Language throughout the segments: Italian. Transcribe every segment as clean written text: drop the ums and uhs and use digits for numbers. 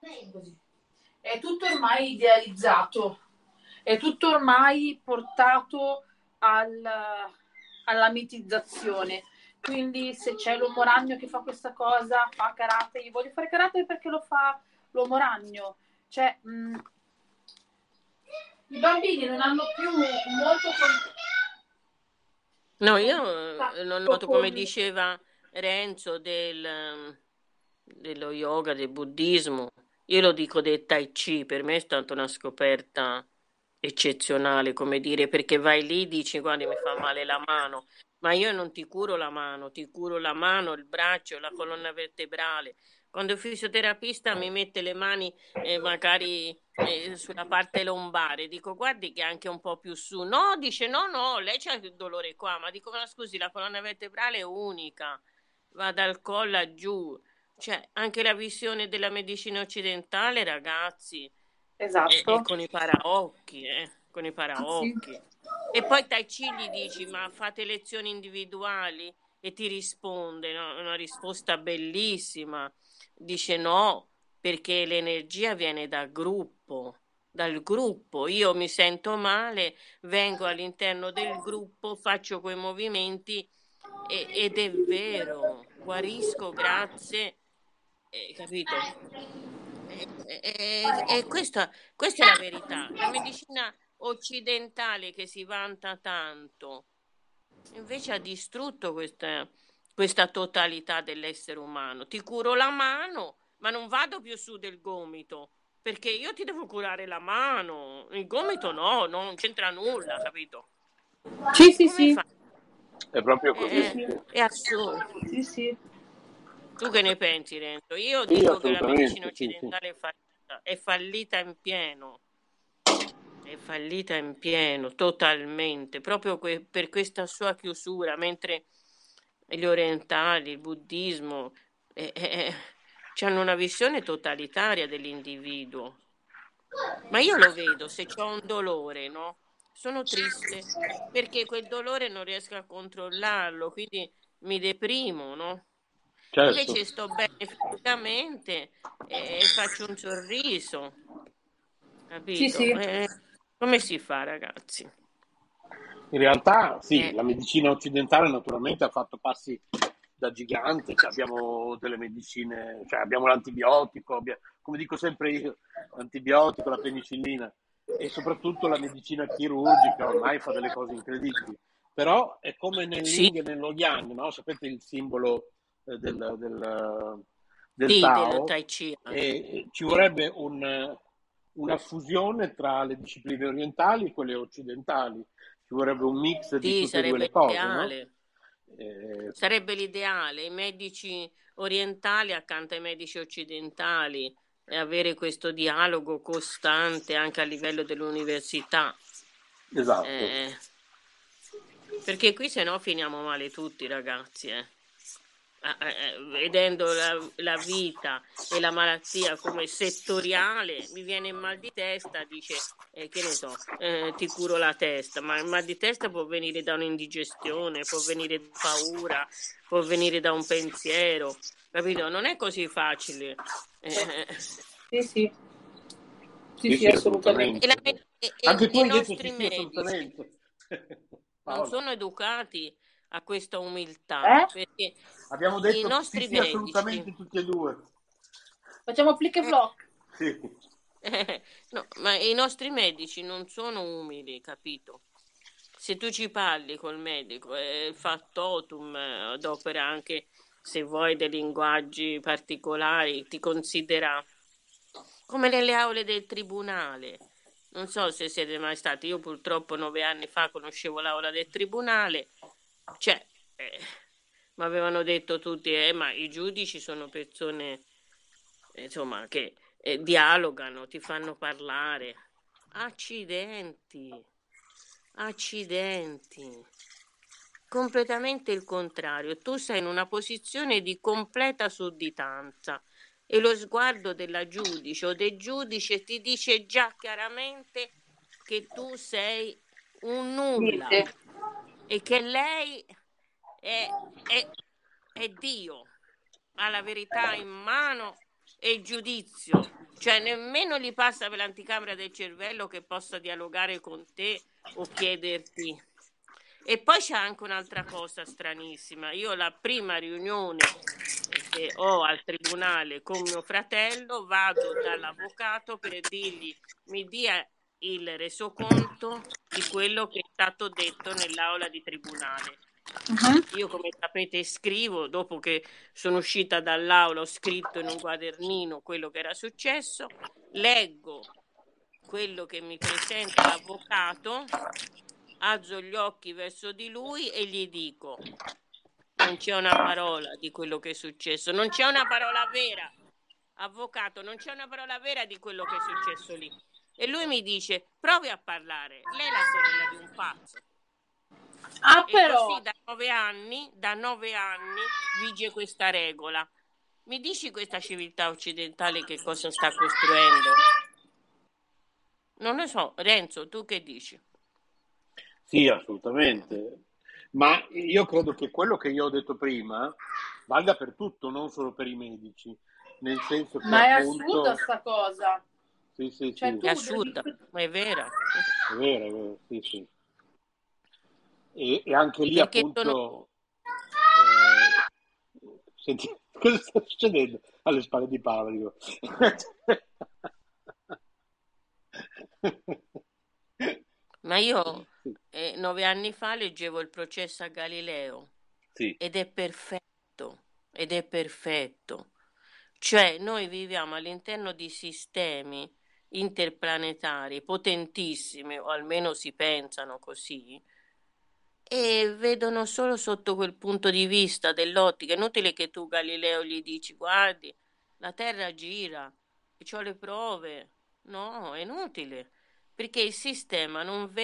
È tutto ormai idealizzato, è tutto ormai portato alla mitizzazione. Quindi se c'è l'uomo ragno che fa questa cosa, fa karate, io voglio fare karate perché lo fa l'uomo ragno. Cioè, i bambini non hanno più molto No, io lo noto, come con... diceva Renzo, dello yoga, del buddismo. Io lo dico del Tai Chi, per me è stata una scoperta eccezionale, come dire, perché vai lì, dici, guarda, mi fa male la mano, ma io non ti curo la mano, ti curo la mano, il braccio, la colonna vertebrale. Quando il fisioterapista mi mette le mani magari sulla parte lombare, dico, guardi che è anche un po' più su. No, dice, no, no, lei c'ha il dolore qua, ma dico, ma scusi, la colonna vertebrale è unica, va dal collo a giù. Cioè, anche la visione della medicina occidentale, ragazzi, è Esatto. con i paraocchi, con i Sì. paraocchi. E poi Tai Chi gli dici, ma fate lezioni individuali? E ti risponde, no? Una risposta bellissima. Dice no, perché l'energia viene dal gruppo. Io mi sento male, vengo all'interno del gruppo, faccio quei movimenti ed è vero, guarisco grazie, capito? E questa è la verità. La medicina occidentale che si vanta tanto, invece ha distrutto questa totalità dell'essere umano. Ti curo la mano, ma non vado più su del gomito, perché io ti devo curare la mano. Il gomito no, non c'entra nulla, capito? Sì, sì, Come sì. fa? È proprio Sì, così. È, sì. Sì, è assurdo. Sì, sì. Tu che ne pensi, Renzo? Io sì, dico che la medicina assolutamente, sì, sì. occidentale è fallita in pieno. È fallita in pieno, totalmente, proprio per questa sua chiusura, mentre gli orientali, il buddismo, hanno una visione totalitaria dell'individuo. Ma io lo vedo, se ho un dolore, no? Sono triste perché quel dolore non riesco a controllarlo, quindi mi deprimo, no? Certo. Invece sto bene fisicamente e faccio un sorriso, Sì, capito? sì. Come si fa, ragazzi? In realtà sì, Eh, la medicina occidentale naturalmente ha fatto passi da gigante, cioè abbiamo delle medicine, cioè abbiamo l'antibiotico, come dico sempre io, l'antibiotico, la penicillina e soprattutto la medicina chirurgica ormai fa delle cose incredibili. Però è come nel sì, yin e nello yang, no? Sapete il simbolo del sì, del Tao? Tai Chi anche. E ci vorrebbe una fusione tra le discipline orientali e quelle occidentali, ci vorrebbe un mix di Sì, tutte e due le sarebbe cose, no? l'ideale. Eh, Sarebbe l'ideale, i medici orientali accanto ai medici occidentali e avere questo dialogo costante anche a livello dell'università. esatto. Eh, perché qui se no finiamo male tutti, ragazzi, vedendo la vita e la malattia come settoriale, mi viene il mal di testa, dice, che ne so, ti curo la testa, ma il mal di testa può venire da un'indigestione, può venire da paura, può venire da un pensiero, capito? Non è così facile. Sì, sì. Sì, Sì, sì, sì, assolutamente. E, la assolutamente. me- Anche tu e i hai detto sì, nostri sì, medici assolutamente. non Paola, sono educati a questa umiltà, Eh? perché abbiamo i detto sì, nostri sì, medici. assolutamente tutti e due. Facciamo flick e eh, flock. Sì, no, ma i nostri medici non sono umili, capito? Se tu ci parli col medico, fa totum, adopera anche, se vuoi, dei linguaggi particolari, ti considera come nelle aule del tribunale. Non so se siete mai stati, io purtroppo 9 anni fa conoscevo l'aula del tribunale, cioè, mi avevano detto tutti, ma i giudici sono persone, insomma, che dialogano, ti fanno parlare. Accidenti, accidenti. Completamente il contrario. Tu sei in una posizione di completa sudditanza e lo sguardo della giudice o del giudice ti dice già chiaramente che tu sei un nulla Niente. e che lei è, è- è Dio, ha la verità in mano e il giudizio. Cioè nemmeno gli passa per l'anticamera del cervello che possa dialogare con te o chiederti. E poi c'è anche un'altra cosa stranissima. Io la prima riunione che ho al tribunale con mio fratello vado dall'avvocato per dirgli mi dia il resoconto di quello che è stato detto nell'aula di tribunale. Io, come sapete, scrivo, dopo che sono uscita dall'aula, ho scritto in un quadernino quello che era successo, leggo quello che mi presenta l'avvocato, alzo gli occhi verso di lui e gli dico: non c'è una parola di quello che è successo, non c'è una parola vera, avvocato, non c'è una parola vera di quello che è successo lì. E lui mi dice: provi a parlare, lei è la sorella di un pazzo. E però così da 9 anni vige questa regola. Mi dici questa civiltà occidentale che cosa sta costruendo? Non lo so, Renzo, tu che dici? Sì, assolutamente. Ma io credo che quello che io ho detto prima valga per tutto, non solo per i medici. Nel senso che ma è appunto... assurda sta cosa. Sì, sì, Cioè, sì. tu È assurda, ma è vera. È vero, sì, sì. E anche lì Perché sono... appunto... senti, cosa sta succedendo alle spalle di Paolo? Dico. Ma io Sì, 9 anni fa leggevo il processo a Galileo sì, ed è perfetto, ed è perfetto. Cioè, noi viviamo all'interno di sistemi interplanetari potentissimi, o almeno si pensano così, e vedono solo sotto quel punto di vista dell'ottica. È inutile che tu, Galileo, gli dici: guardi, la Terra gira, e c'ho le prove. No, è inutile, perché il sistema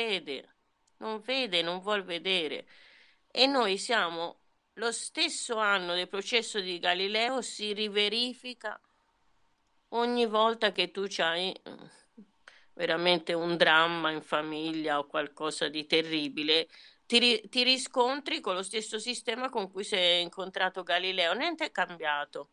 non vede, non vuol vedere. E noi siamo lo stesso anno del processo di Galileo, si riverifica ogni volta che tu c'hai veramente un dramma in famiglia o qualcosa di terribile, ti riscontri con lo stesso sistema con cui si è incontrato Galileo. Niente è cambiato.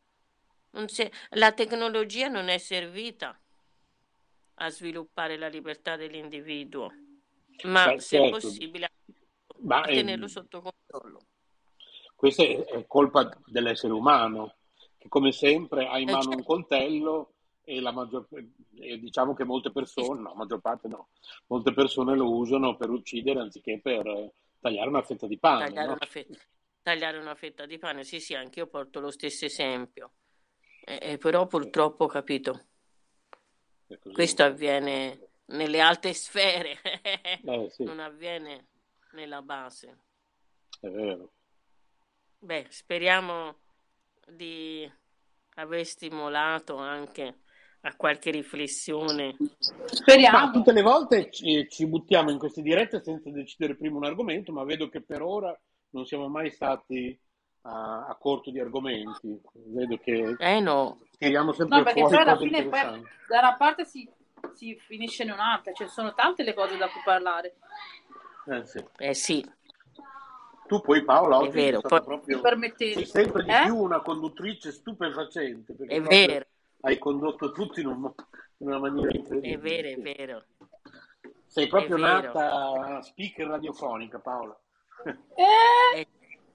La tecnologia non è servita a sviluppare la libertà dell'individuo, ma beh, se è certo, possibile ma a tenerlo sotto controllo. questa è colpa dell'essere umano, che come sempre ha in mano un Certo, coltello e e diciamo che molte sì, persone, no, la maggior parte no, molte persone lo usano per uccidere anziché per tagliare una fetta di pane, tagliare no? tagliare una fetta di pane, sì, sì, anche io porto lo stesso esempio. Però purtroppo, capito, È così. questo avviene nelle alte sfere, Sì, non avviene nella base. è vero. Beh, speriamo di aver stimolato anche a qualche riflessione. Ma Speriamo. tutte le volte ci buttiamo in queste dirette senza decidere prima un argomento, ma vedo che per ora non siamo mai stati a corto di argomenti. Vedo che No, tiriamo No, sempre perché fuori poi alla cose fine poi interessanti. da una parte si finisce in un'altra, ci sono tante le cose da cui parlare. Sì. sì, Tu poi Paola è oggi sei vero, poi stata proprio, sei Permettete. sempre di più una conduttrice stupefacente, perché è proprio vero, hai condotto tutti in una maniera è incredibile. vero, è Sì. vero, Sei è proprio vero. nata speaker radiofonica, Paola. Eh, È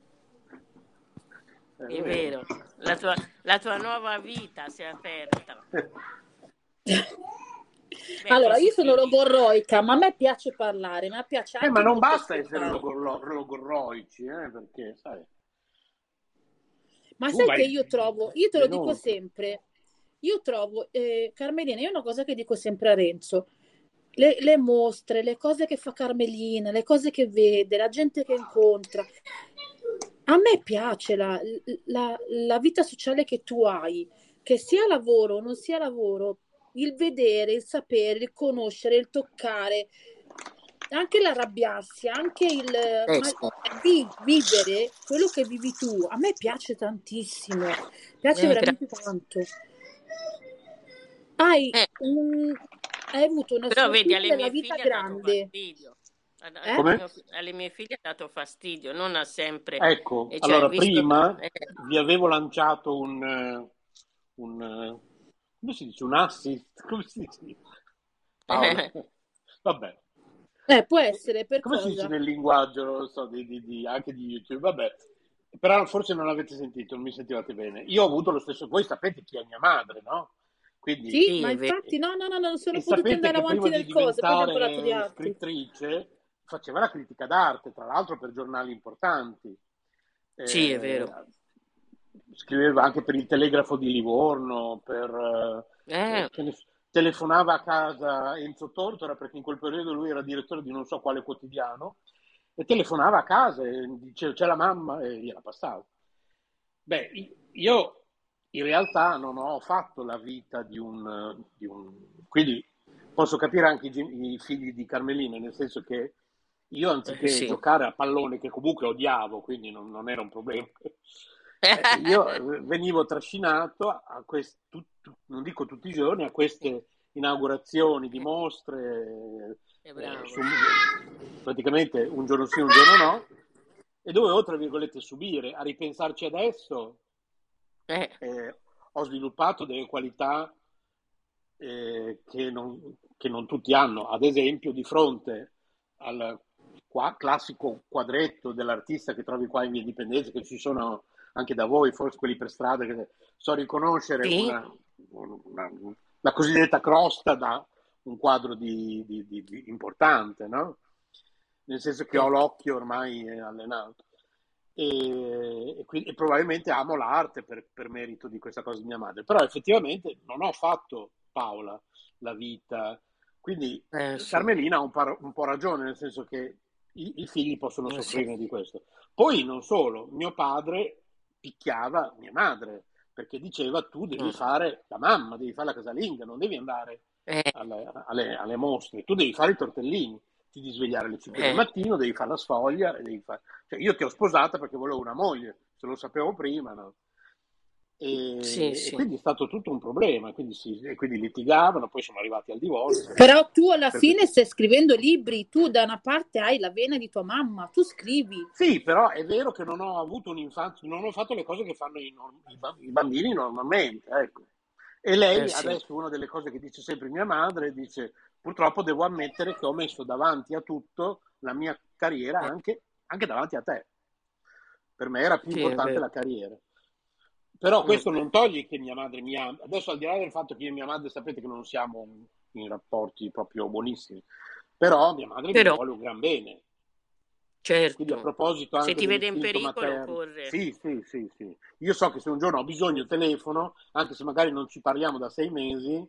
È È vero. vero, la tua nuova vita si è aperta. Beh, Allora, io sono positivi. logorroica, ma a me piace parlare, ma piace Ma anche non molto basta essere ascoltare. logorroici, perché, sai, Ma tu sai che vai io trovo, io te lo ben dico oltre. sempre, io trovo, Carmelina, io una cosa che dico sempre a Renzo, le mostre, le cose che fa Carmelina, le cose che vede, la gente che incontra. A me piace la vita sociale che tu hai, che sia lavoro o non sia lavoro, il vedere, il sapere, il conoscere, il toccare, anche l'arrabbiarsi, anche ma Sì, vivere quello che vivi tu. A me piace tantissimo, piace veramente grazie. tanto. Hai, Eh, un- hai avuto una però vedi, sfumatura alle della mie vita figlie ha dato grande, fastidio. eh? Come? Alle mie figlie ha dato fastidio, non ha sempre. Ecco, Cioè, allora visto... prima vi avevo lanciato un come si dice? Un assist? Come si dice? Paola? Vabbè. Può essere, per Come si dice cosa? nel linguaggio, non lo so, anche di YouTube? Vabbè, però forse non l'avete sentito, non mi sentivate bene. Io ho avuto lo stesso, voi sapete chi è mia madre, no? Quindi, Sì, Sì, ma è vero. infatti no, no, no, non e sono potuti sapete andare che avanti prima di nel coso, poi abbiamo parlato di diventare altri. scrittrice faceva la critica d'arte, tra l'altro per giornali importanti. Sì, è Eh, vero. scriveva anche per il Telegrafo di Livorno, Eh, telefonava a casa Enzo Tortora perché in quel periodo lui era direttore di non so quale quotidiano e telefonava a casa e diceva c'è la mamma e gliela passava. Beh, io in realtà non ho fatto la vita quindi posso capire anche i figli di Carmelina, nel senso che io anziché sì. giocare a pallone, che comunque odiavo, quindi non era un problema, io venivo trascinato non dico tutti i giorni, a queste inaugurazioni di mostre, È bravo. praticamente un giorno sì, un giorno no, e dovevo, tra virgolette, subire. A ripensarci adesso, Eh, ho sviluppato delle qualità che non tutti hanno. Ad esempio, di fronte al classico quadretto dell'artista che trovi qua in Via Indipendenza, che ci sono anche da voi, forse quelli per strada, che so riconoscere sì, una- la cosiddetta crosta da un quadro importante, no? Nel senso che ho certo. l'occhio ormai allenato. E probabilmente amo l'arte per merito di questa cosa di mia madre, però effettivamente non ho fatto Paola la vita, quindi Sì, Carmelina ha un po' ragione, nel senso che i figli possono sì. soffrire di questo. Poi non solo, mio padre picchiava mia madre perché diceva tu devi Mm. fare la mamma, devi fare la casalinga, non devi andare Eh, alle mostre, tu devi fare i tortellini, ti devi svegliare alle 5 del eh, mattino, devi fare la sfoglia, cioè, io ti ho sposata perché volevo una moglie, se lo sapevo prima, no? sì, E sì. quindi è stato tutto un problema, e quindi litigavano, poi siamo arrivati al divorzio. Però tu alla Per que- fine stai scrivendo libri, tu da una parte hai la vena di tua mamma, tu scrivi. Sì, però è vero che non ho avuto un'infanzia, non ho fatto le cose che fanno i bambini normalmente, ecco. E lei Sì. adesso una delle cose che dice sempre mia madre, dice purtroppo devo ammettere che ho messo davanti a tutto la mia carriera Eh, anche davanti a te. Per me era più sì, è importante vero. la carriera. Però Mm. questo non toglie che mia madre mi ama. Adesso al di là del fatto che io e mia madre sapete che non siamo in rapporti proprio buonissimi, però mia madre mi Però, vuole un gran bene. Quindi a certo, proposito se anche ti vede in dell'istinto pericolo, materno, corre. sì, sì, sì, sì. Io so che se un giorno ho bisogno Giusto. telefono, anche se magari non ci parliamo da 6 mesi,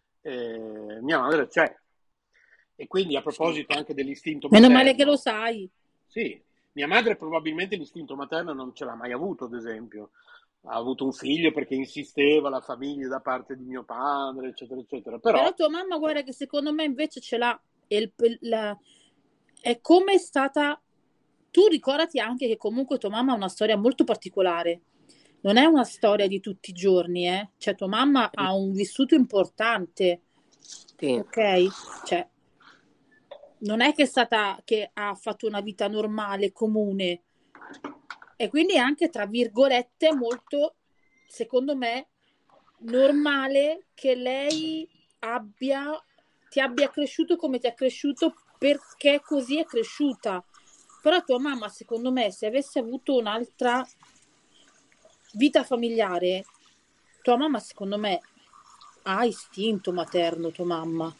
mia madre c'è. E quindi a Sì. proposito anche dell'istinto Meno male che lo materno, sai. sì, mia madre probabilmente l'istinto materno non ce l'ha mai avuto, ad esempio. Ha avuto un figlio perché insisteva la famiglia da parte di mio padre, eccetera, eccetera. Però Però tua mamma, guarda che secondo me invece ce l'ha. E è come è stata. Tu ricordati anche che comunque tua mamma ha una storia molto particolare. Non è una storia di tutti i giorni, eh? Cioè, tua mamma ha un vissuto importante, Sì. ok? Cioè, non è che è stata che ha fatto una vita normale, comune. E quindi è anche, tra virgolette, molto, secondo me, normale che lei ti abbia cresciuto come ti ha cresciuto perché così è cresciuta. Però tua mamma, secondo me, se avesse avuto un'altra vita familiare, tua mamma, secondo me, ha istinto materno, tua mamma.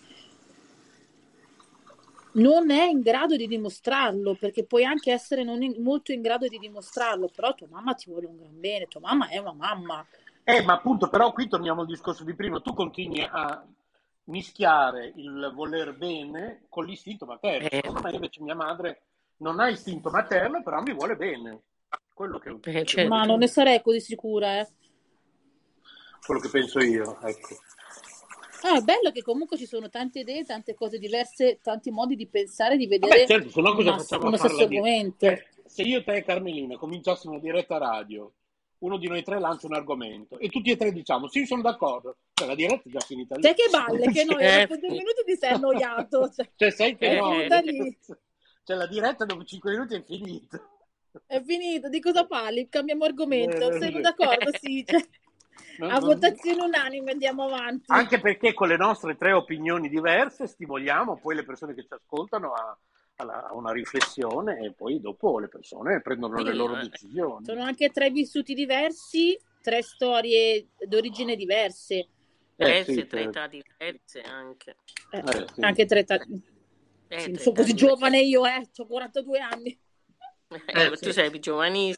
Non è in grado di dimostrarlo, perché puoi anche essere molto in grado di dimostrarlo, però tua mamma ti vuole un gran bene, tua mamma è una mamma. ma appunto, però qui torniamo al discorso di prima, tu continui a mischiare il voler bene con l'istinto materno. Eh, Secondo me invece mia madre non ha istinto materno, però mi vuole bene. Ma certo. non ne sarei così sicura, eh. Quello che penso io, ecco. Ah, è bello che comunque ci sono tante idee, tante cose diverse, tanti modi di pensare, di Vabbè, vedere certo, se no cosa facciamo a uno stesso farla dire? argomento. Cioè, se io, te e Carmelina cominciassimo una diretta radio, uno di noi tre lancia un argomento e tutti e tre diciamo sì, sono d'accordo, cioè la diretta è già finita lì. Sai che balle, che noia, dopo 2 Sì. minuti ti sei annoiato, cioè, Cioè, sai che è finita noia. lì, Cioè, la diretta dopo 5 minuti è finita. è finito, di cosa parli? Cambiamo argomento, sei d'accordo? Sì, cioè. A votazione unanime andiamo avanti. Anche perché con le nostre 3 opinioni diverse stimoliamo poi le persone che ci ascoltano a una riflessione e poi dopo le persone prendono le loro decisioni. Sono anche 3 vissuti diversi, 3 storie d'origine diverse. Sì, 3 età diverse anche. Sì. Anche 3 età. Sì, non sono così giovane io, ho 42 anni. Tu sei più giovanissimo.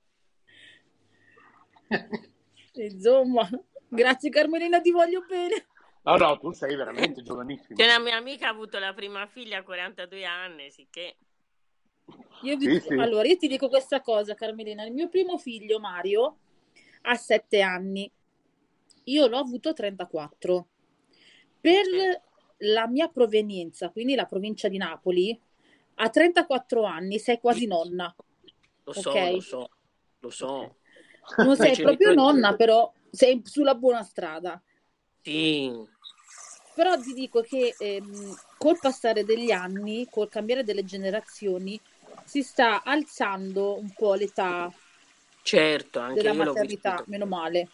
Insomma, grazie Carmelina, ti voglio bene. No, tu sei veramente giovanissima. C'è una mia amica ha avuto la prima figlia a 42 anni, sicché. Allora, io ti dico questa cosa, Carmelina. Il mio primo figlio, Mario, ha 7 anni. Io l'ho avuto a 34. Per la mia provenienza, quindi la provincia di Napoli, a 34 anni sei quasi nonna. Lo so. Non sei proprio nonna, però sei sulla buona strada. Sì. Però ti dico che col passare degli anni, col cambiare delle generazioni, si sta alzando un po' l'età anche della io maternità, meno male.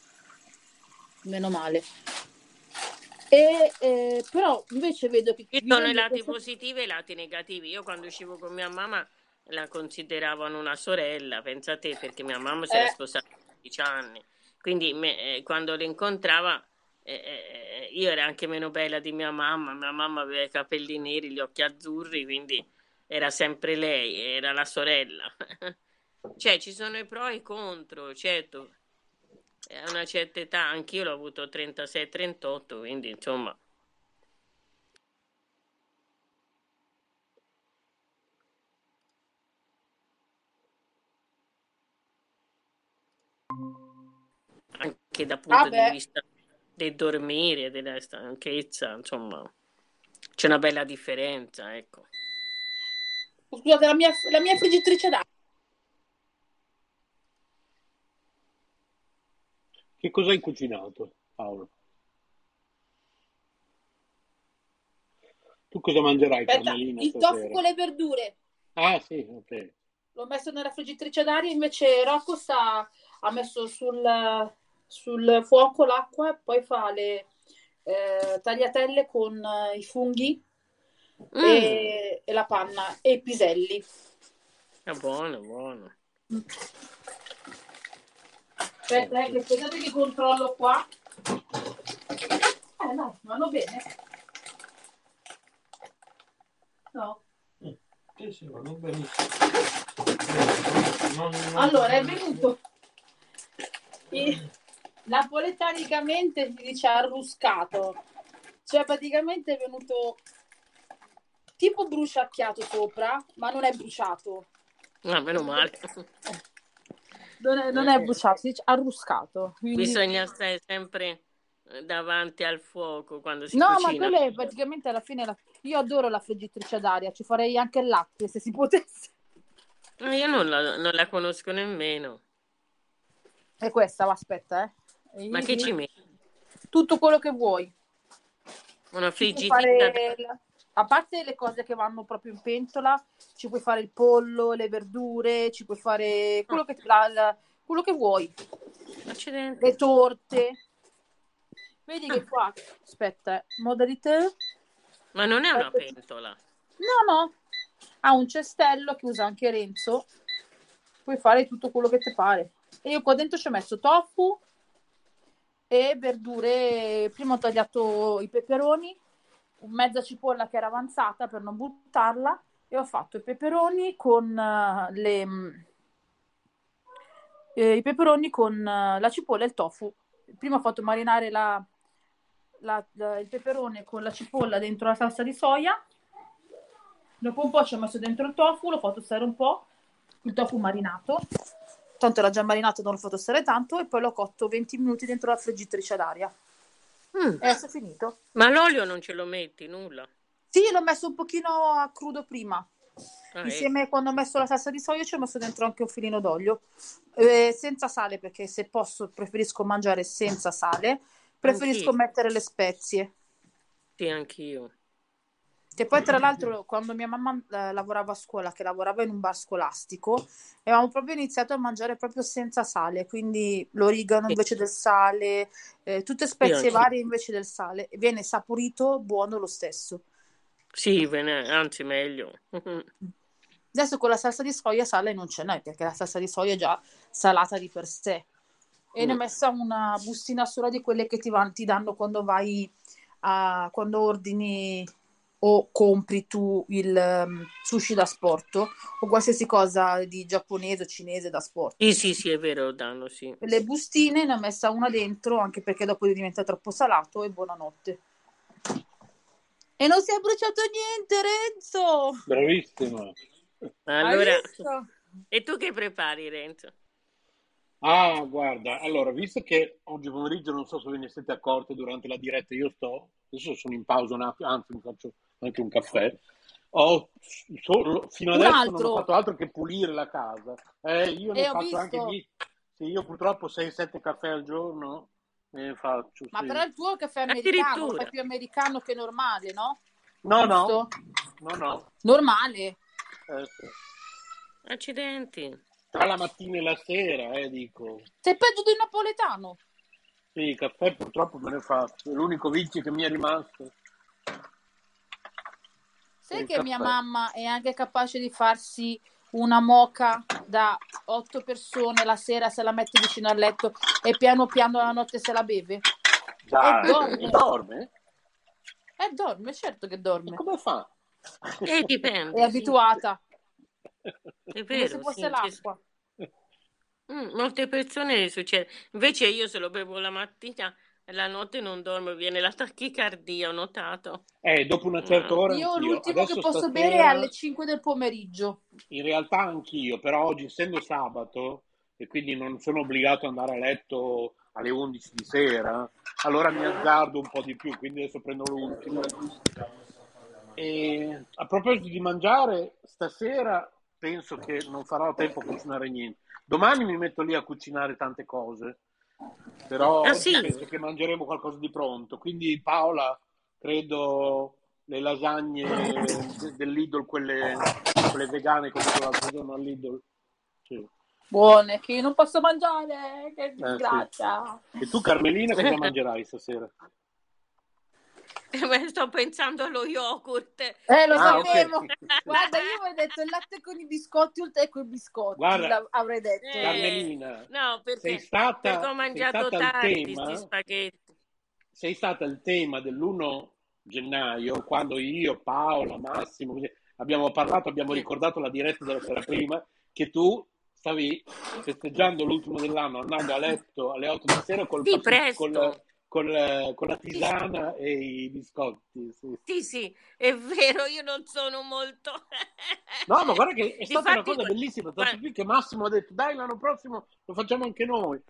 E però invece vedo che ci sono i lati positivi e i lati negativi. Io quando uscivo con mia mamma la consideravano una sorella, pensa te, perché mia mamma si era sposata a 15 anni, quindi quando l'incontrava io ero anche meno bella di mia mamma aveva i capelli neri, gli occhi azzurri, quindi era sempre lei, era la sorella. Cioè ci sono i pro e i contro, certo, a una certa età, anch'io l'ho avuto 36-38, quindi insomma. Anche dal punto di vista del dormire, della stanchezza, insomma, c'è una bella differenza, ecco. Scusate, la mia friggitrice d'acqua. Che cosa hai cucinato, Paolo? Tu cosa mangerai, Carmelina, il tofu con le verdure. Ah, sì, ok. L'ho messo nella friggitrice d'aria, invece Rocco ha messo sul fuoco l'acqua e poi fa le tagliatelle con i funghi e la panna e i piselli. È buono. Aspetta, aspettate che controllo qua. No, vanno bene. No. Sì, vanno benissimo. Allora, è venuto napoletanicamente si dice arruscato, cioè praticamente è venuto tipo bruciacchiato sopra, ma non è bruciato. Meno male. Non è bruciato, si dice arruscato. Quindi... Bisogna stare sempre davanti al fuoco quando si cucina. No, ma quello è praticamente alla fine... Io adoro la friggitrice d'aria, ci farei anche il latte se si potesse. Io non la conosco nemmeno. È questa, aspetta, Ma che ci metti? Tutto quello che vuoi. Una friggitrice a parte le cose che vanno proprio in pentola, ci puoi fare il pollo, le verdure, ci puoi fare quello che vuoi. Accidenti. Le torte. Vedi che qua, aspetta, modalità. Ma non è una pentola. No. Ha un cestello che usa anche Renzo. Puoi fare tutto quello che ti pare. E io qua dentro ci ho messo tofu e verdure. Prima ho tagliato i peperoni, mezza cipolla che era avanzata per non buttarla, e ho fatto i peperoni con la cipolla e il tofu. Prima ho fatto marinare il peperone con la cipolla dentro la salsa di soia, dopo un po' ci ho messo dentro il tofu, l'ho fatto stare un po', il tofu marinato, tanto era già marinato, non l'ho fatto stare tanto, e poi l'ho cotto 20 minuti dentro la friggitrice d'aria. E adesso è finito. Ma l'olio non ce lo metti, nulla? Sì, l'ho messo un pochino a crudo prima. Insieme quando ho messo la salsa di soia ci ho messo dentro anche un filino d'olio, senza sale, perché se posso preferisco mangiare senza sale, preferisco mettere le spezie. Sì, anch'io. Che poi tra l'altro quando mia mamma lavorava a scuola, che lavorava in un bar scolastico, avevamo proprio iniziato a mangiare proprio senza sale, quindi l'origano Sì, invece del sale, tutte sì, spezie anche. varie invece del sale, e viene saporito, buono lo stesso. Sì, anzi meglio. Adesso con la salsa di soia sale non ce n'è, perché la salsa di soia è già salata di per sé. E ne ho Mm. messa una bustina sola di quelle che ti danno quando vai quando ordini o compri tu il sushi da sporto o qualsiasi cosa di giapponese o cinese da Sì, sporto. sì, sì, è vero, danno, sì. Le bustine ne ho messa una dentro anche perché dopo diventa troppo salato e buonanotte. E non si è bruciato niente, Renzo! Bravissima. Hai Allora, visto? e tu che prepari, Renzo? Ah, guarda, allora, visto che oggi pomeriggio non so se ve ne siete accorti durante la diretta, adesso sono in pausa un attimo, anzi mi faccio anche un caffè. Fino Un adesso non ho altro! fatto altro che pulire la casa. Io ne E ho faccio anche visto! 10, sì, io purtroppo 6-7 caffè al giorno ne faccio, Ma sì. però il tuo è caffè americano, lo fai Addirittura. più americano che normale, no? No, no, Giusto? no, no. Normale. Sì. Accidenti. Tra la mattina e la sera, dico. Sei peggio di un napoletano. Sì, il caffè purtroppo me ne faccio. È l'unico vizio che mi è rimasto è Sai il che mia caffè. mamma è anche capace di farsi una moka da 8 persone la sera, se la mette vicino al letto e piano piano la notte se la beve? E Dai, e dorme. dorme? E dorme, certo che E dorme. come fa? È Dipende, sì. abituata, È come se vero, fosse sì. l'acqua. Molte persone succede. Invece io se lo bevo la mattina e la notte non dormo, viene la tachicardia, ho notato. Dopo una certa No. ora Io anch'io. l'ultimo che Adesso posso bere è alle stasera 5 del pomeriggio. in realtà anch'io, però oggi essendo sabato e quindi non sono obbligato ad andare a letto alle 11 di sera, allora mi azzardo un po' di più, quindi adesso prendo l'ultimo. E a proposito di mangiare, stasera penso che non farò tempo a cucinare niente. Domani mi metto lì a cucinare tante cose, però Ah oggi sì? penso che mangeremo qualcosa di pronto. Quindi Paola, credo le lasagne del Lidl, quelle vegane che ho preso l'altro giorno al Lidl. Sì, Buone, che io non posso mangiare, che sì. disgrazia. E tu, Carmelina, cosa mangerai stasera? Beh, sto pensando allo yogurt. Lo Ah, ok. Perché... sapevo. Guarda, io avrei detto il latte con i biscotti, il tè con i biscotti, Guarda, avrei detto io. Carmelina, No, sei perché ho sei mangiato stata al tardi sti tema spaghetti. sei stata il tema dell'1 gennaio, quando io, Paola, Massimo, così, abbiamo parlato, abbiamo Sì, ricordato la diretta della sera prima, che tu stavi festeggiando l'ultimo dell'anno, andando a letto alle 8 di sera sì, presto. con la Sì, sì, tisana e i biscotti. Sì. sì, sì, è vero, io non sono molto... No, ma guarda che è stata una Difatti, cosa bellissima, tanto qua- più che Massimo ha detto, dai, l'anno prossimo lo facciamo anche noi.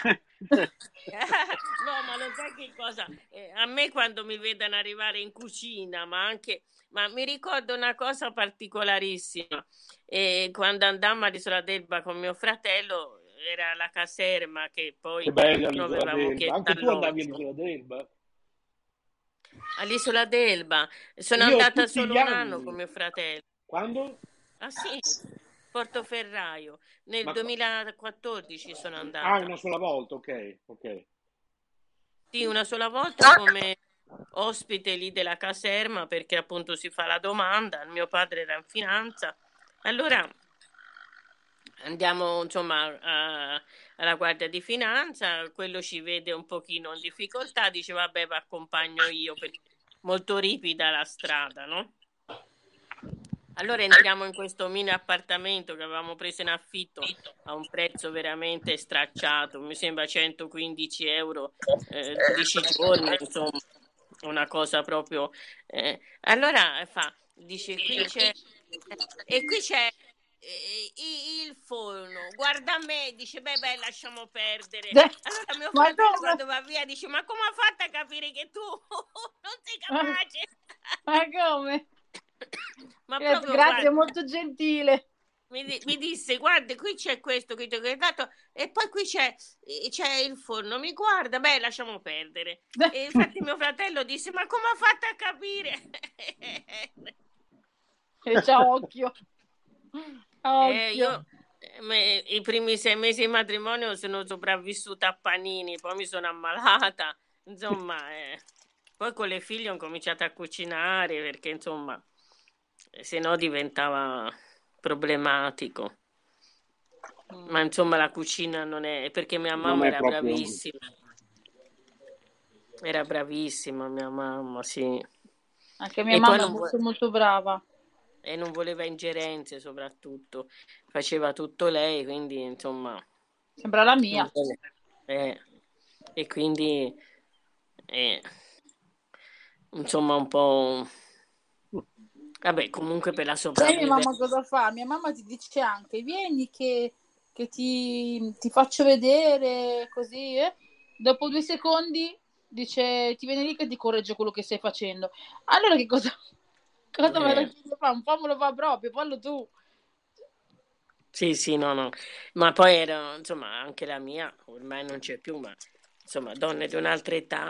no, ma lo sai che cosa? A me quando mi vedono arrivare in cucina, ma mi ricordo una cosa particolarissima. Quando andammo all'Isola d'Elba con mio fratello, era la caserma che Che poi bella noi l'isola avevamo d'Elba. chiesto Anche tu andavi alloggio. all'isola d'Elba? All'Isola d'Elba sono Io andata tutti solo gli un anno con anni. mio fratello. Quando? Ah sì, Portoferraio. Nel Ma, 2014 sono una andata. sola volta, ok, ok. Sì, una sola volta come ospite lì della caserma perché appunto si fa la domanda, il mio padre era in finanza. Allora andiamo insomma alla Guardia di Finanza, quello ci vede un pochino in difficoltà, dice vabbè, vi accompagno io perché è molto ripida la strada, no? Allora entriamo in questo mini appartamento che avevamo preso in affitto a un prezzo veramente stracciato, mi sembra 115 euro, 12 giorni, insomma, una cosa proprio. Allora dice qui c'è, e qui c'è il forno, guarda me, dice beh, lasciamo perdere. Allora mio Ma fratello come? quando va via dice ma come ha fatto a capire che tu non sei capace? Ma come? Ma proprio, Grazie, guarda, molto gentile. mi disse, guarda, qui c'è questo che ti ho dato e poi qui c'è il forno, mi guarda, beh, lasciamo perdere. E infatti mio fratello disse, ma come ha fatto a capire? E c'ha occhio. Io i primi 6 mesi di matrimonio sono sopravvissuta a panini, poi mi sono ammalata, insomma, poi con le figlie ho cominciato a cucinare perché insomma, se no diventava problematico. Ma insomma la cucina non è, perché mia Non mamma è proprio... era bravissima mia mamma, sì. Anche mia E poi mamma è molto molto brava. e non voleva ingerenze soprattutto, faceva tutto lei, quindi insomma, Sembra la mia. e quindi insomma un po', vabbè, comunque per la Sai mia mamma sopravvivenza. cosa fa? Mia mamma ti dice anche, vieni che ti faccio vedere così, eh? Dopo 2 secondi dice, ti viene lì che ti corregge quello che stai facendo. Allora che cosa me lo chiedi fa? Fammelo fa proprio, fallo tu. Sì, no, ma poi era, insomma, anche la mia, ormai non c'è più, ma insomma, donne di un'altra età,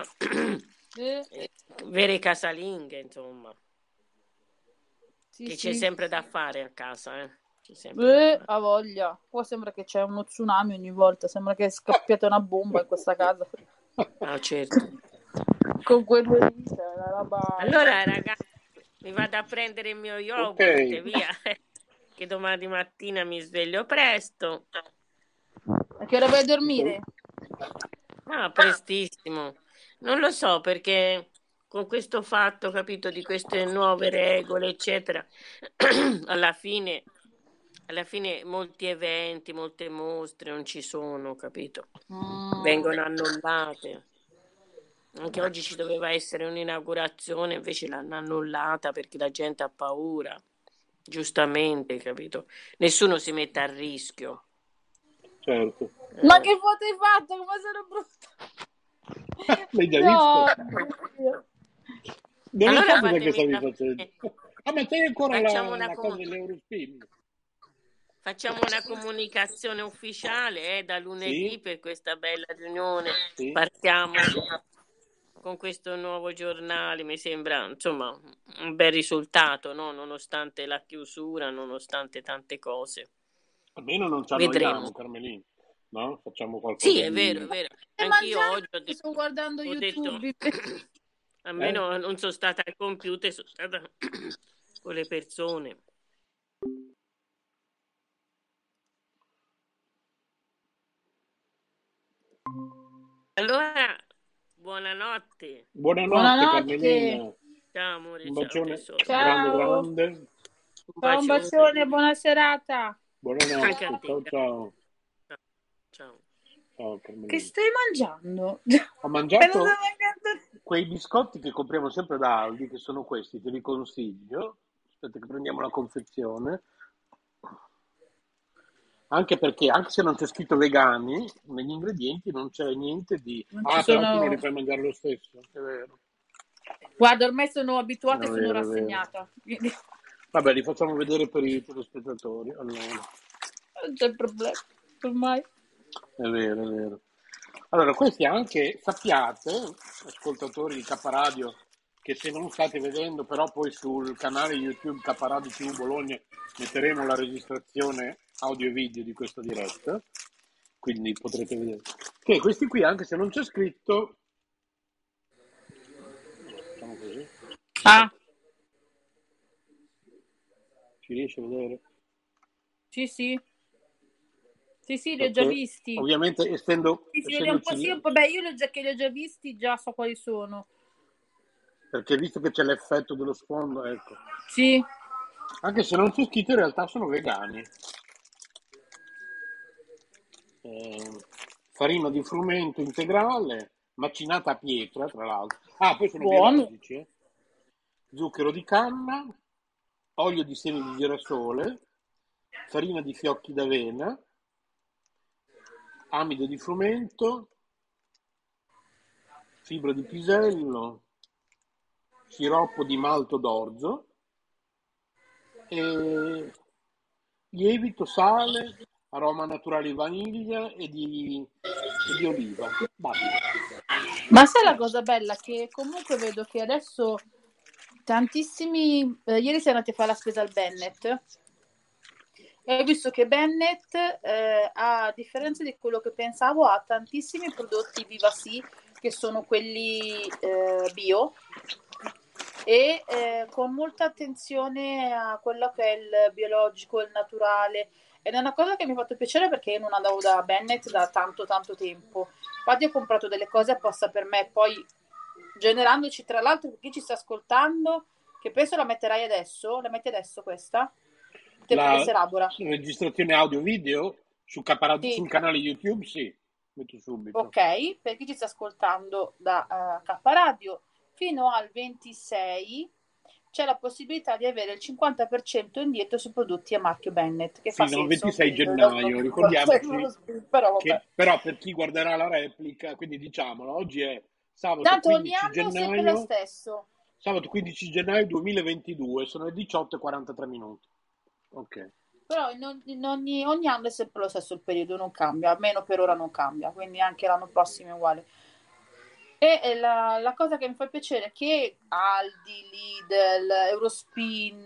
vere casalinghe, insomma, Sì, che sì. c'è sempre da fare a casa, C'è sempre da fare. Ha voglia. Qua sembra che c'è uno tsunami ogni volta, sembra che è scoppiata una bomba in questa casa. Ah, certo. Con quei 2 lì, c'è la roba... Allora, ragazzi, mi vado a prendere il mio yogurt, via, che domani mattina mi sveglio presto. A che ora vai a dormire? Ah, prestissimo. Non lo so perché con questo fatto, capito, di queste nuove regole, eccetera, alla fine molti eventi, molte mostre non ci sono, capito? Vengono annullate. Anche oggi ci doveva essere un'inaugurazione, invece l'hanno annullata perché la gente ha paura. Giustamente, capito? Nessuno si mette a rischio. Certo. Ma che foto hai fatto? Come sono brutta? L'hai già No, visto? Non allora so cosa che fatemi stavi facendo. Ah, ma c'è ancora facciamo la cosa dell'Eurospin? facciamo una comunicazione ufficiale da lunedì Sì, per questa bella riunione. sì. Partiamo con questo nuovo giornale, mi sembra insomma un bel risultato, no? Nonostante la chiusura, nonostante tante cose. Almeno non ci Vedremo. annoiamo, Carmelina, no? Facciamo qualcosa Sì, è di... vero, è vero. Stai Anch'io mangiando? oggi Sto guardando ho detto YouTube. almeno non sono stata al computer, sono stata con le persone. Allora, buonanotte. Buonanotte, Carmelina. Ciao amore, Un ciao bacione tesoro. grande, Ciao. grande. Un bacione, buona serata. Anche Buonanotte. a te. Ciao, ciao. Ciao. Ciao, Carmelina. Che stai mangiando? Ho mangiato quei biscotti che compriamo sempre da Aldi, che sono questi, te li consiglio. Aspetta che prendiamo la confezione. Anche perché, anche se non c'è scritto vegani, negli ingredienti non c'è niente di... Non ci Ah, però tu non sono... li puoi mangiare lo stesso, è vero. Guarda, ormai sono abituata È e sono vero, è vero. rassegnata. Quindi Vabbè, li facciamo vedere per i telespettatori. Allora. non c'è problema. Ormai. È vero, è vero. Allora, questi anche sappiate, ascoltatori di Caparadio, che se non state vedendo, però poi sul canale YouTube Caparadio TV Bologna metteremo la registrazione audio e video di questa diretta, quindi potrete vedere. Che questi qui, anche se non c'è scritto, facciamo così, ci riesce a vedere? Sì, sì. Sì, li ho già visti. Ovviamente essendo... Sì, vede un po' sì, vabbè, io li ho già visti, già so quali sono. Perché visto che c'è l'effetto dello sfondo, ecco. Sì. Anche se non c'è scritto, in realtà sono vegani. Farina di frumento integrale, macinata a pietra, tra l'altro. Ah, poi sono biologici. Zucchero di canna, olio di semi di girasole, farina di fiocchi d'avena, amido di frumento, fibra di pisello, sciroppo di malto d'orzo e lievito, sale, aroma naturale di vaniglia e di oliva. Basta. Ma sai la cosa bella? Che comunque vedo che adesso tantissimi... ieri siamo andati a fare la spesa al Bennett e ho visto che Bennett, a differenza di quello che pensavo, ha tantissimi prodotti Vivacy, che sono quelli bio, e con molta attenzione a quello che è il biologico, il naturale. Ed è una cosa che mi ha fatto piacere perché io non andavo da Bennett da tanto tanto tempo. Infatti ho comprato delle cose apposta per me, poi generandoci, tra l'altro, per chi ci sta ascoltando, che penso la metterai adesso, la metti adesso questa? Tempo che La si elabora. registrazione audio-video Sì, sul canale YouTube, sì, metto subito. ok, per chi ci sta ascoltando da K Radio, fino al 26 c'è la possibilità di avere il 50% indietro su prodotti a marchio Bennett, che fa Fino al senso, 26 vedendo da uno gennaio, piccolo, ricordiamoci però vabbè. che però per chi guarderà la replica, quindi diciamolo, oggi è sabato Tanto ogni 15 anno è sempre lo gennaio, stesso. sabato 15 gennaio 2022, sono le 18:43 minuti. Ok. Però ogni anno è sempre lo stesso il periodo, non cambia, almeno per ora non cambia, quindi anche l'anno prossimo è uguale. E la cosa che mi fa piacere è che Aldi, Lidl, Eurospin,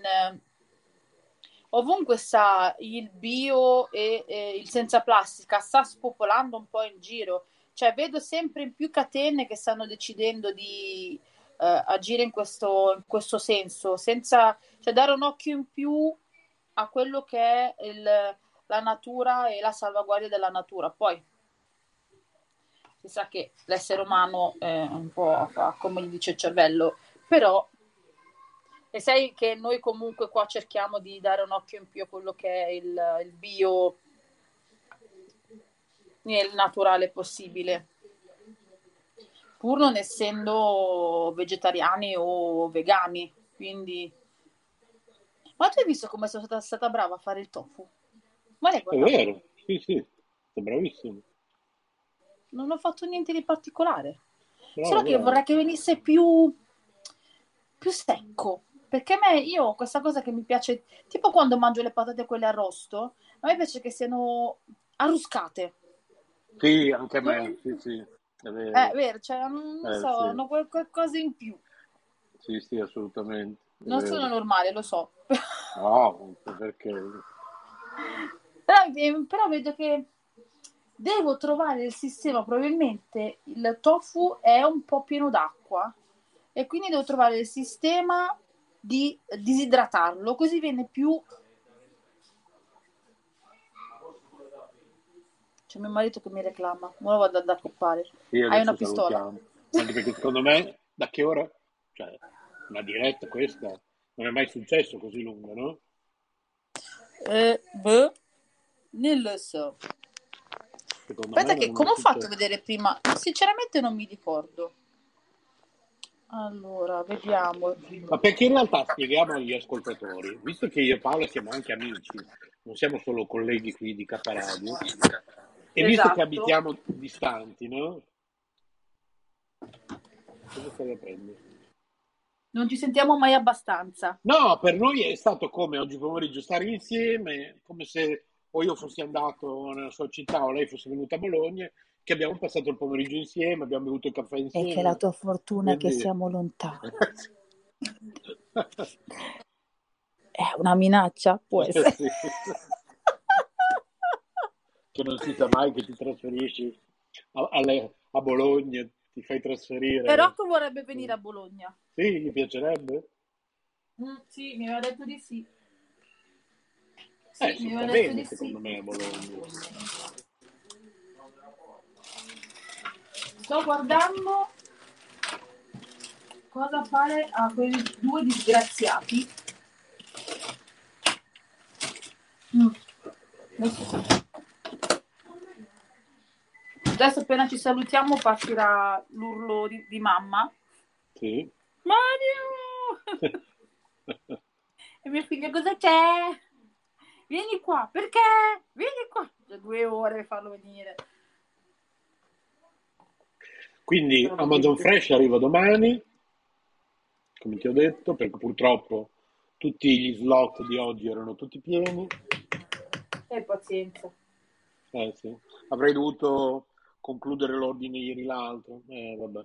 ovunque sta il bio e il senza plastica, sta spopolando un po' in giro. Cioè, vedo sempre in più catene che stanno decidendo di agire in questo senso, senza, cioè, dare un occhio in più a quello che è la natura e la salvaguardia della natura. Poi si sa che l'essere umano un po' fa come gli dice il cervello, però e sai che noi comunque qua cerchiamo di dare un occhio in più a quello che è il bio e il naturale possibile, pur non essendo vegetariani o vegani. Quindi, ma tu hai visto come sono stata brava a fare il tofu? Ma l'hai È guardato? vero, sì, sì, sei bravissimo. Non ho fatto niente di particolare. Bravo, Solo che bravo. vorrei che venisse più secco. Perché io ho questa cosa che mi piace, tipo quando mangio le patate quelle arrosto, a me piace che siano arruscate. Sì, anche a Non me, sì, è, sì, è vero. vero, cioè, non so, Sì, hanno qualcosa in più. sì, sì, assolutamente, è Non sono vero. normale, lo so. No, perché... Però vedo che devo trovare il sistema, probabilmente il tofu è un po' pieno d'acqua e quindi devo trovare il sistema di disidratarlo, così viene più... C'è mio marito che mi reclama, ora lo vado ad accoppare. Sì, Hai una adesso pistola? salutiamo. Anche perché secondo me, da che ora? Cioè, una diretta questa non è mai successo così lunga, no? Boh, non lo so. Secondo me Aspetta non che è mai come ho fatto a successo. vedere prima? Sinceramente non mi ricordo. Allora, vediamo. Ma perché in realtà spieghiamo agli ascoltatori, visto che io e Paola siamo anche amici, non siamo solo colleghi qui di K Radio, e visto che Esatto. abitiamo distanti, no? Cosa stai aprendo? Non ci sentiamo mai abbastanza. No, per noi è stato come oggi pomeriggio stare insieme, come se o io fossi andato nella sua città o lei fosse venuta a Bologna, che abbiamo passato il pomeriggio insieme, abbiamo bevuto il caffè E che la insieme, tua fortuna è che quindi... siamo lontani. È una minaccia? Può essere. Sì. Che non si sa mai che ti trasferisci a Bologna, ti fai E trasferire. Rocco vorrebbe venire a Bologna. Sì, gli piacerebbe? Sì, mi aveva detto di sì. Sì, Si mi sta aveva detto bene di sì. secondo me a Bologna. Sto guardando cosa fare a quei due disgraziati. Mm. Adesso appena ci salutiamo partirà l'urlo di mamma. Sì. Mario! E mio figlio, cosa c'è? Vieni qua, perché? Vieni qua. Già 2 ore per farlo venire. Quindi Però vabbè, Amazon Fresh arriva domani, come ti ho detto, perché purtroppo tutti gli slot di oggi erano tutti pieni. pazienza. Sì. Avrei dovuto concludere l'ordine ieri l'altro. Vabbè.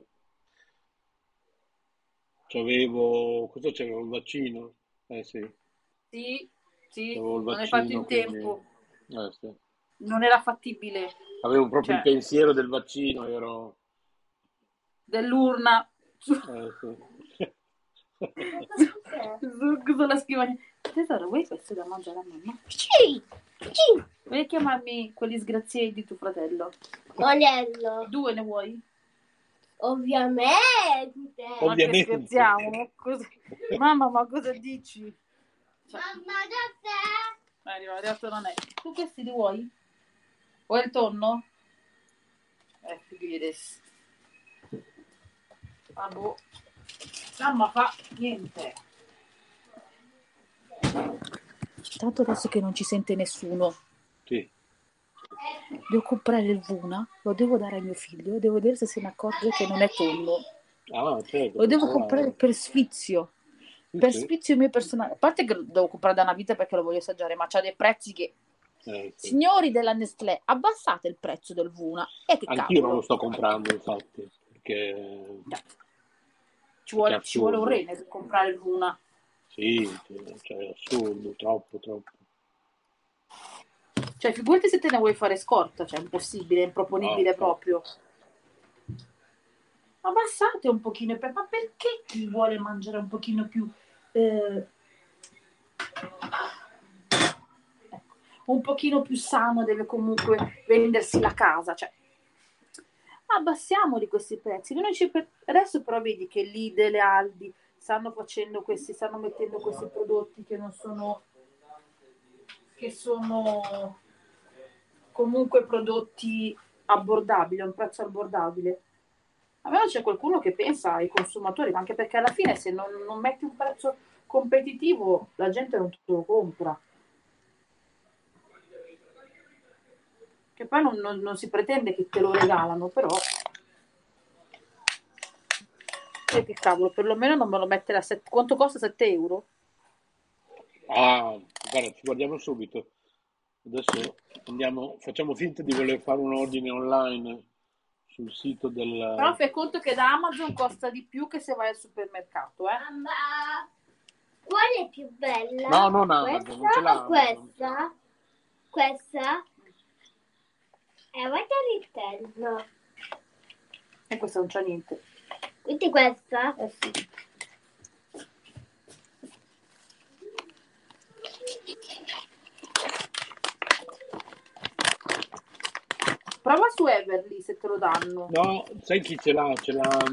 Cosa c'avevo? Il vaccino? Sì. Sì, sì, Avevo il non hai fatto vaccino, in quindi... tempo. Sì. Non era fattibile. Avevo proprio il Cioè, pensiero del vaccino, ero... dell'urna su, Sì. sulla scrivania. Tesoro, vuoi questo da mangiare a mamma? Sì, sì. Vuoi chiamarmi quelli sgraziati di tuo fratello? Monello. 2 ne vuoi? Ovviamente. Ma che Ovviamente. scherziamo? Mamma, ma cosa dici? Cioè, Mamma, da te. arrivato non è. Tu questi li vuoi? Vuoi il tonno? Figurati. Ah, boh. Mamma fa niente. Tanto adesso che non ci sente nessuno, Sì. devo comprare il Vuna, lo devo dare a mio figlio, devo vedere se ne accorge che non è tonno. Certo. Lo devo comprare per sfizio. Sì, Per sì. sfizio mio personale. A parte che lo devo comprare da una vita perché lo voglio assaggiare, ma c'ha dei prezzi che... Sì. Signori della Nestlé, abbassate il prezzo del Vuna. E che Anch'io non cavolo. lo sto comprando, infatti, perché Ci è vuole un assurdo. rene per comprare il Vuna. Sì, cioè, è assurdo, troppo. Cioè, figurati se te ne vuoi fare scorta, cioè è impossibile, è improponibile Infatti. proprio. Abbassate un pochino, ma perché chi vuole mangiare un pochino più... un pochino più sano deve comunque vendersi la casa, cioè abbassiamo di questi prezzi. Adesso però vedi che Lidl e Aldi stanno mettendo questi prodotti che sono comunque prodotti abbordabili, a un prezzo abbordabile. Almeno c'è qualcuno che pensa ai consumatori, ma anche perché alla fine se non metti un prezzo competitivo la gente non te lo compra. Che poi non si pretende che te lo regalano, però che cavolo, perlomeno non me lo mettere a 7. Quanto costa? 7 euro? Guarda, ci guardiamo subito. Adesso facciamo finta di voler fare un ordine online sul sito Però del... fai conto che da Amazon costa di più che se vai al supermercato, Mamma, quale è più bella? No, non Amazon, non ce Questa l'ha o questa? Questa? Guarda all'interno. E questo non c'ha niente. Vedi questa? Sì. Prova su Everly se te lo danno. No, sai chi ce l'ha? Ce l'ha...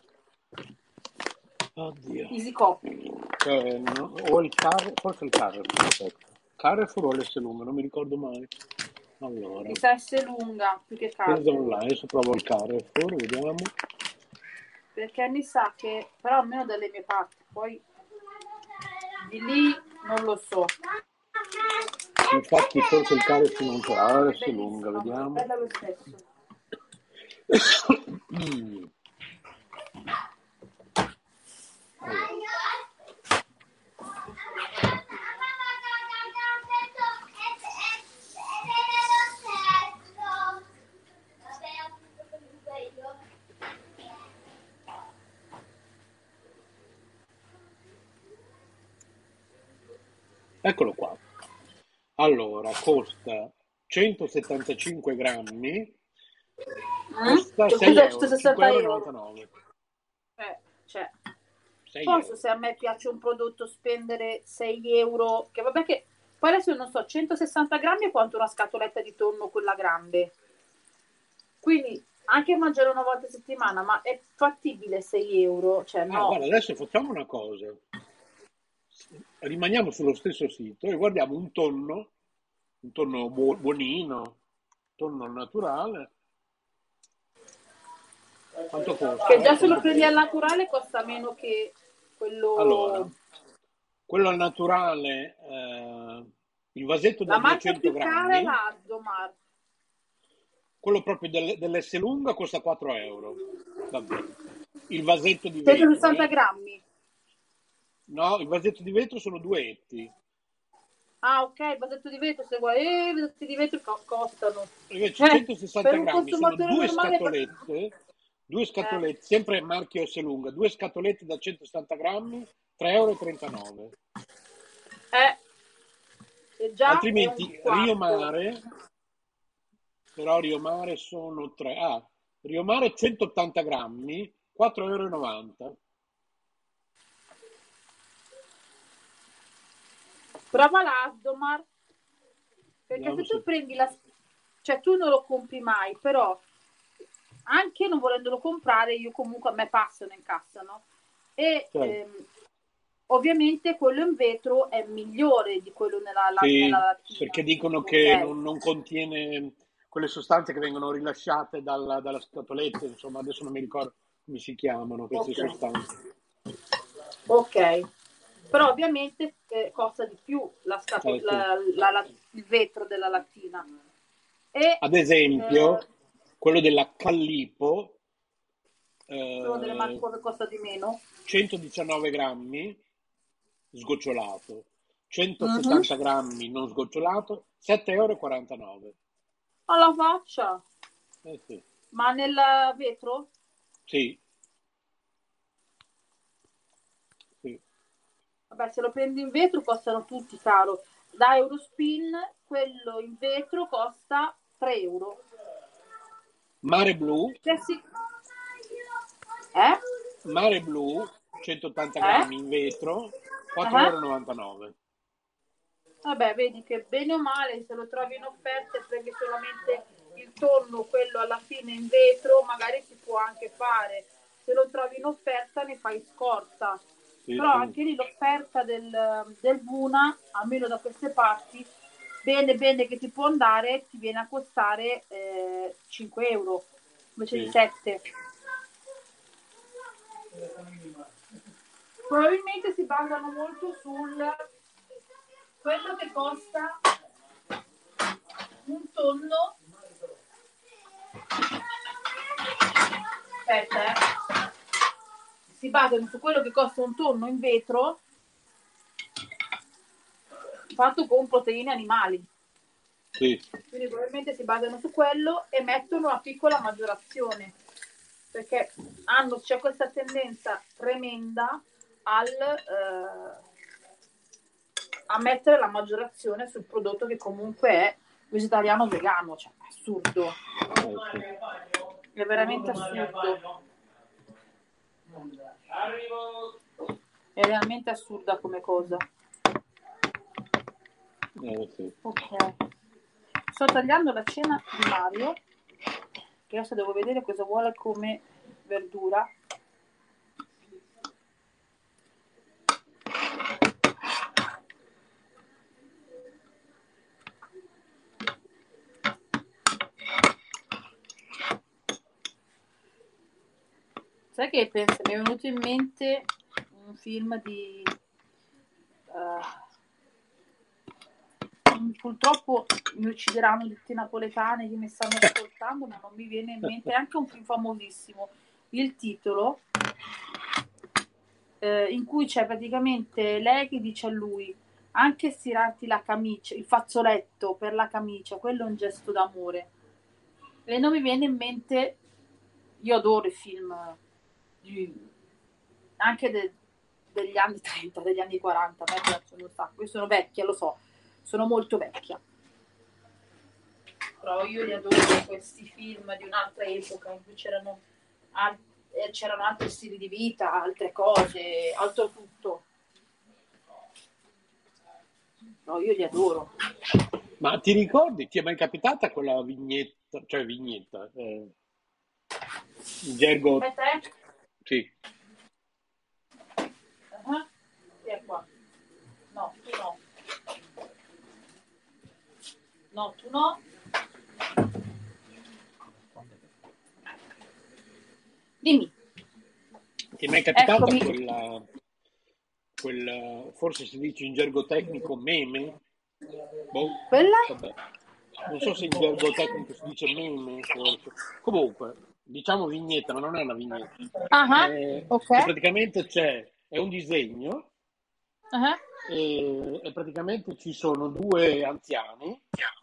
Oddio. Easy Copy. No, o il forse il Carrefour, aspetta. Carrefour o l'S lunga, non mi ricordo mai. Allora, Mi sa essere lunga più che penso caldo. online, adesso provo il Carrefour, vediamo. Perché mi sa che, però almeno dalle mie parti, poi di lì non lo so. Infatti forse il Carrefour non ce l'ha, l'S lunga, vediamo. Bella lo stesso. Eccolo qua. Allora, costa 175 grammi, costa 6 euro, 5,99 euro. Cioè, 6 forse euro. se a me piace un prodotto spendere 6 euro, che vabbè che poi adesso non so, 160 grammi è quanto una scatoletta di tonno quella grande. Quindi anche mangiare una volta a settimana, ma è fattibile 6 euro? Cioè no. Guarda, adesso facciamo una cosa. Rimaniamo sullo stesso sito e guardiamo un tonno buonino, tonno naturale. Quanto costa? Che già se lo prendi al naturale costa meno che quello... Allora, quello al naturale, il vasetto da la marca 200 più grammi, cara è la Adomar. quello proprio dell'S lunga costa 4 euro. Va bene. Il vasetto di vetro. 160 grammi. No, il vasetto di vetro sono 2 etti. Ah, ok, il vasetto di vetro, se vuoi, i vasetti di vetro costano. Invece 160 Per un grammi sono consumatore normale... due Eh, scatolette, sempre marchio Esselunga, due scatolette da 160 grammi, 3,39 €. eh, e già è un Altrimenti Rio quarto. Mare, però Rio Mare sono 3, Rio Mare 180 grammi, 4,90 €. Prova l'Asdomar, perché Vediamo se tu se... prendi cioè tu non lo compri mai, però anche non volendolo comprare, io comunque a me passano in cassa, no? E Certo. ovviamente quello in vetro è migliore di quello nella Sì, lattina, perché dicono che ok? non contiene quelle sostanze che vengono rilasciate dalla scatoletta, insomma, adesso non mi ricordo come si chiamano queste Ok, sostanze. ok. Però ovviamente costa di più Sì. il vetro della lattina. E Ad esempio, eh, quello della Callipo, sono delle eh, marche che costa di meno. 119 grammi sgocciolato, Mhm. 170 grammi non sgocciolato, 7,49 €. Alla faccia, Sì, ma nel vetro? sì, sì, Vabbè, se lo prendi in vetro costano tutti caro. Da Eurospin, quello in vetro costa 3 euro. Mare Blu, Che si... Eh? Mare Blu, 180 Eh? grammi in vetro, Ah. 4,99 €. Vabbè, vedi che bene o male se lo trovi in offerta e prendi solamente il tonno, quello alla fine in vetro, magari si può anche fare. Se lo trovi in offerta ne fai scorta. Sì, Però sì, anche lì l'offerta del Buna, almeno da queste parti, bene bene che ti può andare, ti viene a costare 5 euro invece di sì, 7. Probabilmente si basano molto sul quello che costa un tonno. Aspetta, si basano su quello che costa un tonno in vetro fatto con proteine animali. sì, Quindi probabilmente si basano su quello e mettono una piccola maggiorazione perché c'è questa tendenza tremenda a mettere la maggiorazione sul prodotto che comunque è vegetariano vegano, cioè è assurdo, sì. è veramente assurdo, è veramente assurda come cosa. Sì. Ok, sto tagliando la cena di Mario, che adesso devo vedere cosa vuole come verdura. Sai che penso, mi è venuto in mente un film di... purtroppo mi uccideranno tutti i napoletani che mi stanno ascoltando, ma non mi viene in mente, è anche un film famosissimo. Il titolo, in cui c'è praticamente lei che dice a lui, anche stirarti la camicia, il fazzoletto per la camicia, quello è un gesto d'amore. E non mi viene in mente, io adoro i film di- anche degli anni 30, degli anni 40, a me piacciono un sacco. Io sono vecchia, lo so, sono molto vecchia. Però io li adoro questi film di un'altra epoca in cui c'erano altri stili di vita, altre cose, altro tutto. No, io li adoro. Ma ti ricordi, ti è mai capitata quella vignetta, cioè vignetta, in gergo, E te? sì, Uh-huh. Chi è qua? No, tu no. No, tu no. Dimmi. ti è mai capitata Eccomi. forse si dice in gergo tecnico, meme? Boh, Quella? vabbè. Non so se in gergo tecnico si dice meme, forse. Comunque, diciamo vignetta, ma non è una vignetta. Ah, ok. Che praticamente è un disegno Ah, e praticamente ci sono due anziani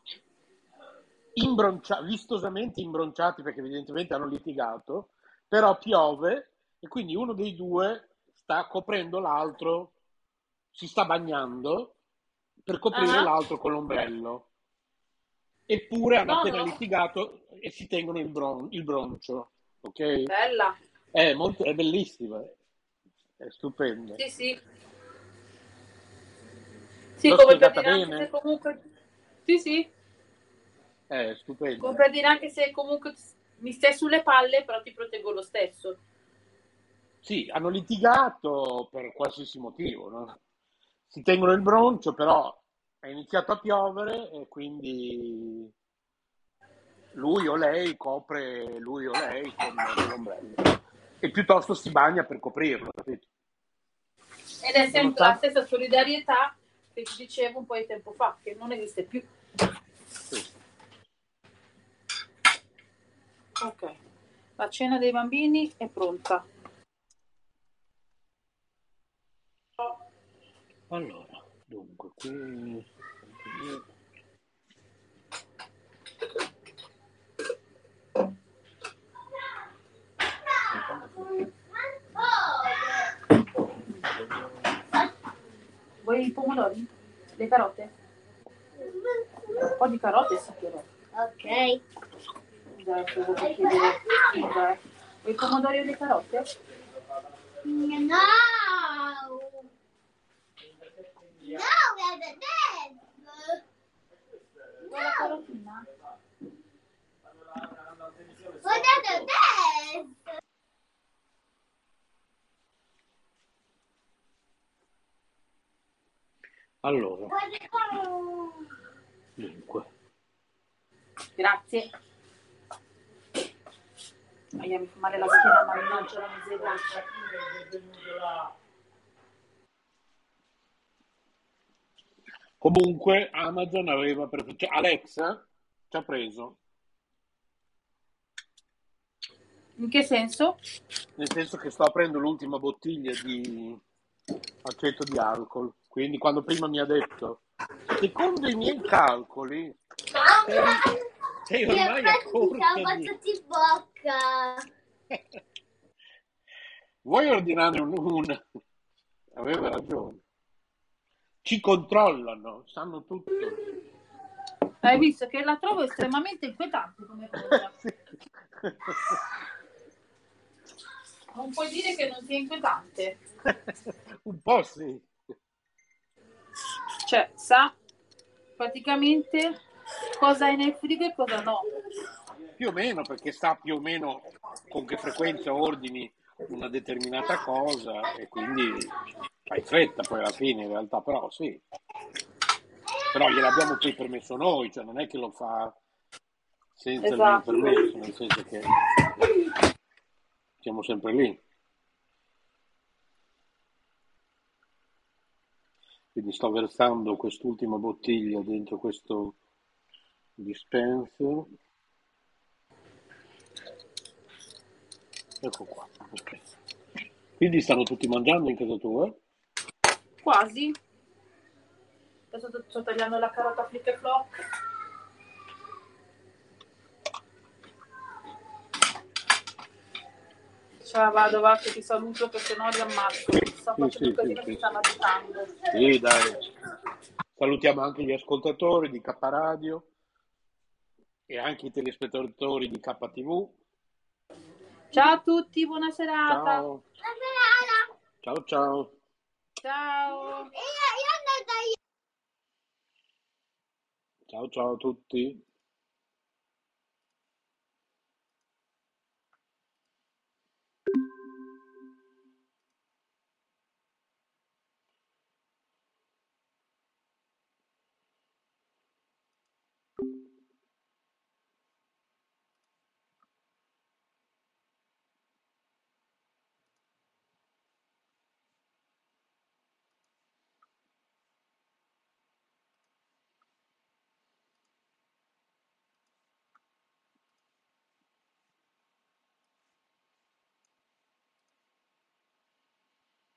vistosamente imbronciati perché evidentemente hanno litigato, però piove e quindi uno dei due sta coprendo l'altro, si sta bagnando per coprire ah. l'altro con l'ombrello. Eppure hanno No, appena no, litigato e si tengono il broncio, ok? bella. È bellissima, è stupenda. Sì, sì. Sì, L'ho come per spiegata dire anche se bene? comunque... Sì, sì. È Come stupenda. per dire anche se comunque mi stai sulle palle, però ti proteggo lo stesso. Sì, hanno litigato per qualsiasi motivo, no? Si tengono il broncio, però è iniziato a piovere e quindi lui o lei copre lui o lei con l'ombrello. E piuttosto si bagna per coprirlo, capito? Ed è sempre la Nonostante... stessa solidarietà che ti dicevo un po' di tempo fa, che non esiste più. Sì. Ok, la cena dei bambini è pronta. Allora, dunque, qui... Vuoi i pomodori? Le carote? Un po' di carote saccherò. Ok. Dai, che devo chiedere. Dai. Vuoi i pomodori o le carote? No. No, guarda adesso. Vuoi la carotina? Guardate adesso. Allora, Guarda. dunque, Grazie. Aia, mi fa male la schiena, mannaggia la miseria. comunque Amazon aveva cioè Alexa ci ha preso, In che senso? nel senso che sto aprendo l'ultima bottiglia di aceto di alcol, quindi quando prima mi ha detto, secondo i miei calcoli, sei, sei Mi ha ormai a corto di... baciato in bocca. Vuoi ordinare un... Aveva ragione. Ci controllano, sanno tutto. Hai visto che la trovo estremamente inquietante come cosa. Sì. Non puoi dire che non sia inquietante. Un po' sì. Cioè, sa praticamente cosa hai nel frigo e cosa no. Più o meno, perché sa più o meno con che frequenza ordini una determinata cosa e quindi fai fretta poi alla fine in realtà, però sì. Però gliel'abbiamo poi permesso noi, cioè non è che lo fa senza il mio Esatto. permesso, nel senso che siamo sempre lì. Quindi sto versando quest'ultima bottiglia dentro questo dispenser. Ecco qua. Ok. Quindi stanno tutti mangiando in casa tua? Quasi. Adesso sto tagliando la carota flick e flock. Ciao, vado, va, che ti saluto perché no li ammazzo. Sto Sì, facendo sì, un sì, casino e mi sì. stanno agitando. Sì, dai. Salutiamo anche gli ascoltatori di K Radio e anche i telespettatori di KTV. Ciao a tutti, buona serata. Ciao, ciao, ciao. Ciao. Io andata Ciao, ciao a tutti.